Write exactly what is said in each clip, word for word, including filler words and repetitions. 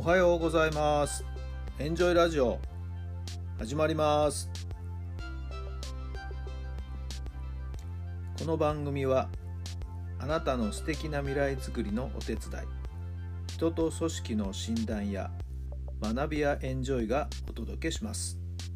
おはようございます。エンジョイラジオ始まります。この番組はあなたの素敵な未来づくりのお手伝い、人と組織の診断や学びやエンジョイがお届けします。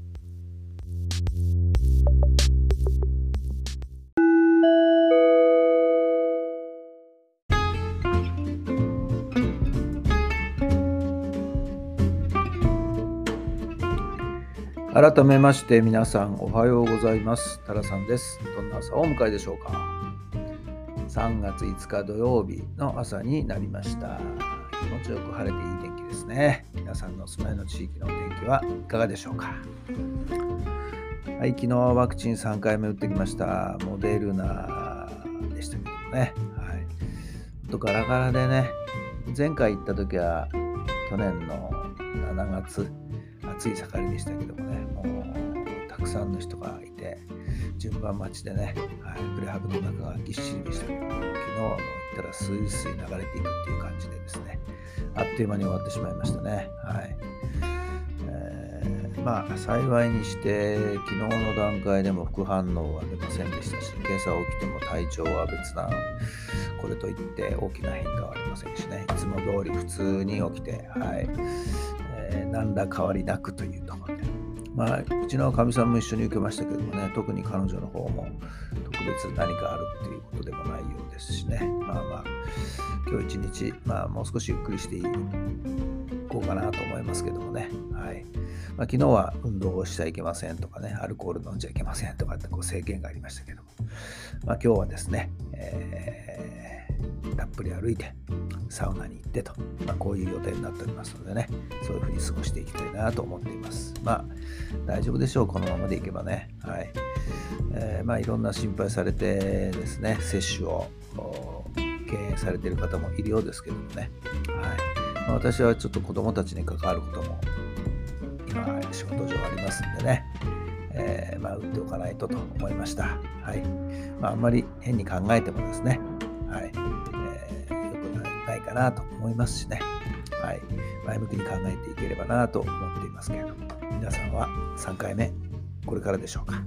改めまして皆さんおはようございます。タラさんです。どんな朝をお迎えでしょうか。さんがついつか土曜日の朝になりました。気持ちよく晴れていい天気ですね。皆さんのお住まいの地域のお天気はいかがでしょうか。はい、昨日はワクチンさんかいめ打ってきました。モデルナでしたけどもね。はい。ほんとガラガラでね、前回行った時は去年のしちがつ、暑い盛りでしたけどもね、もうたくさんの人がいて順番待ちでね、はい、プレハブの中がぎっしりでしたけども、昨日はもう行ったらスイスイ流れていくっていう感じでですね、あっという間に終わってしまいましたね。はい。えー、まあ幸いにして昨日の段階でも副反応は出ませんでしたし、今朝起きても体調は別段これといって大きな変化はありませんしね、いつも通り普通に起きて、はい、えー、何ら変わりなくというところで、まあうちのかみさんも一緒に受けましたけどもね、特に彼女の方も特別何かあるっていうことでもないようですしね、まあまあ今日一日、まあもう少しゆっくりしていこうかなと思いますけどもね、はい。まあ、昨日は運動をしちゃいけませんとかね、アルコール飲んじゃいけませんとかってこう制限がありましたけども、まあ今日はですね、えー、たっぷり歩いてサウナに行ってと、まあ、こういう予定になっておりますのでね、そういうふうに過ごしていきたいなと思っています。まあ大丈夫でしょう、このままでいけばね。はい。えー、まあいろんな心配されてですね、接種を敬遠されている方もいるようですけどもね。はい。まあ、私はちょっと子どもたちに関わることも今仕事上ありますんでね、えー、まあ打っておかないとと思いました。はい。まああんまり変に考えてもですね、はい。えー、良くないかなと思いますしね。はい。前向きに考えていければなと思っていますけれども、皆さんはさんかいめこれからでしょうか。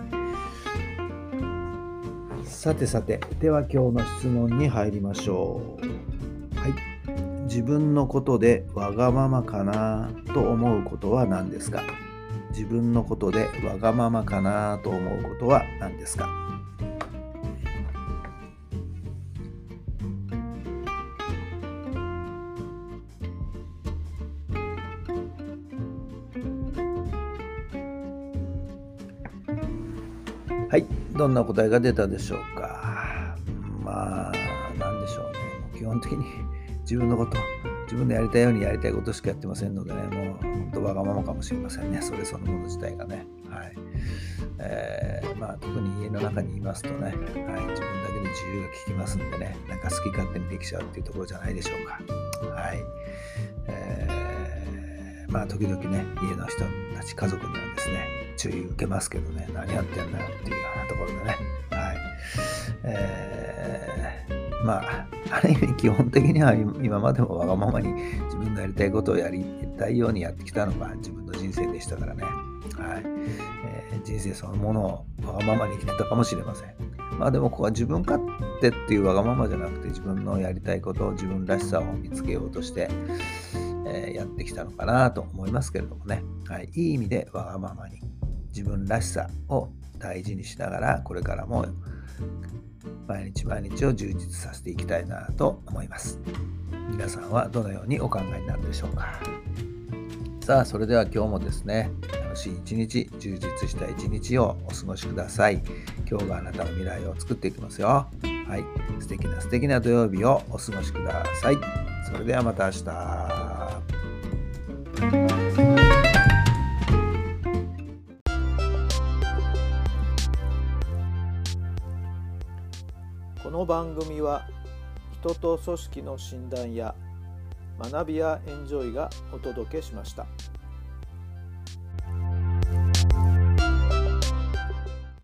さてさて、では今日の質問に入りましょう。はい。自分のことでわがままかなと思うことは何ですか？自分のことでわがままかなと思うことは何ですか？はい、どんな答えが出たでしょうか。まあ、なんでしょうね。もう基本的に自分のこと、自分のやりたいようにやりたいことしかやってませんのでね、もう本当わがままかもしれませんね。それそのもの自体がね。はい。えー、まあ特に家の中にいますとね、はい、自分だけで自由が利きますんでね、なんか好き勝手にできちゃうっていうところじゃないでしょうか。はい。えー、まあ時々ね、家の人たち、家族にはですね、注意受けますけどね、何やってんだよっていうようなところでね、はい。えー、まあ、ある意味基本的には今までもわがままに自分のやりたいことをやりたいようにやってきたのが自分の人生でしたからね。はい。えー、人生そのものをわがままに生きてたかもしれません。まあでもここは自分勝手っていうわがままじゃなくて、自分のやりたいことを自分らしさを見つけようとして、えー、やってきたのかなと思いますけれどもね。はい。いい意味でわがままに自分らしさを大事にしながら、これからも毎日毎日を充実させていきたいなと思います。皆さんはどのようにお考えになるでしょうか。さあ、それでは今日もですね、楽しい一日、充実した一日をお過ごしください。今日があなたの未来を作っていきますよ。はい。素敵な素敵な土曜日をお過ごしください。それではまた明日。この番組は人と組織の診断や学びやエンジョイがお届けしました。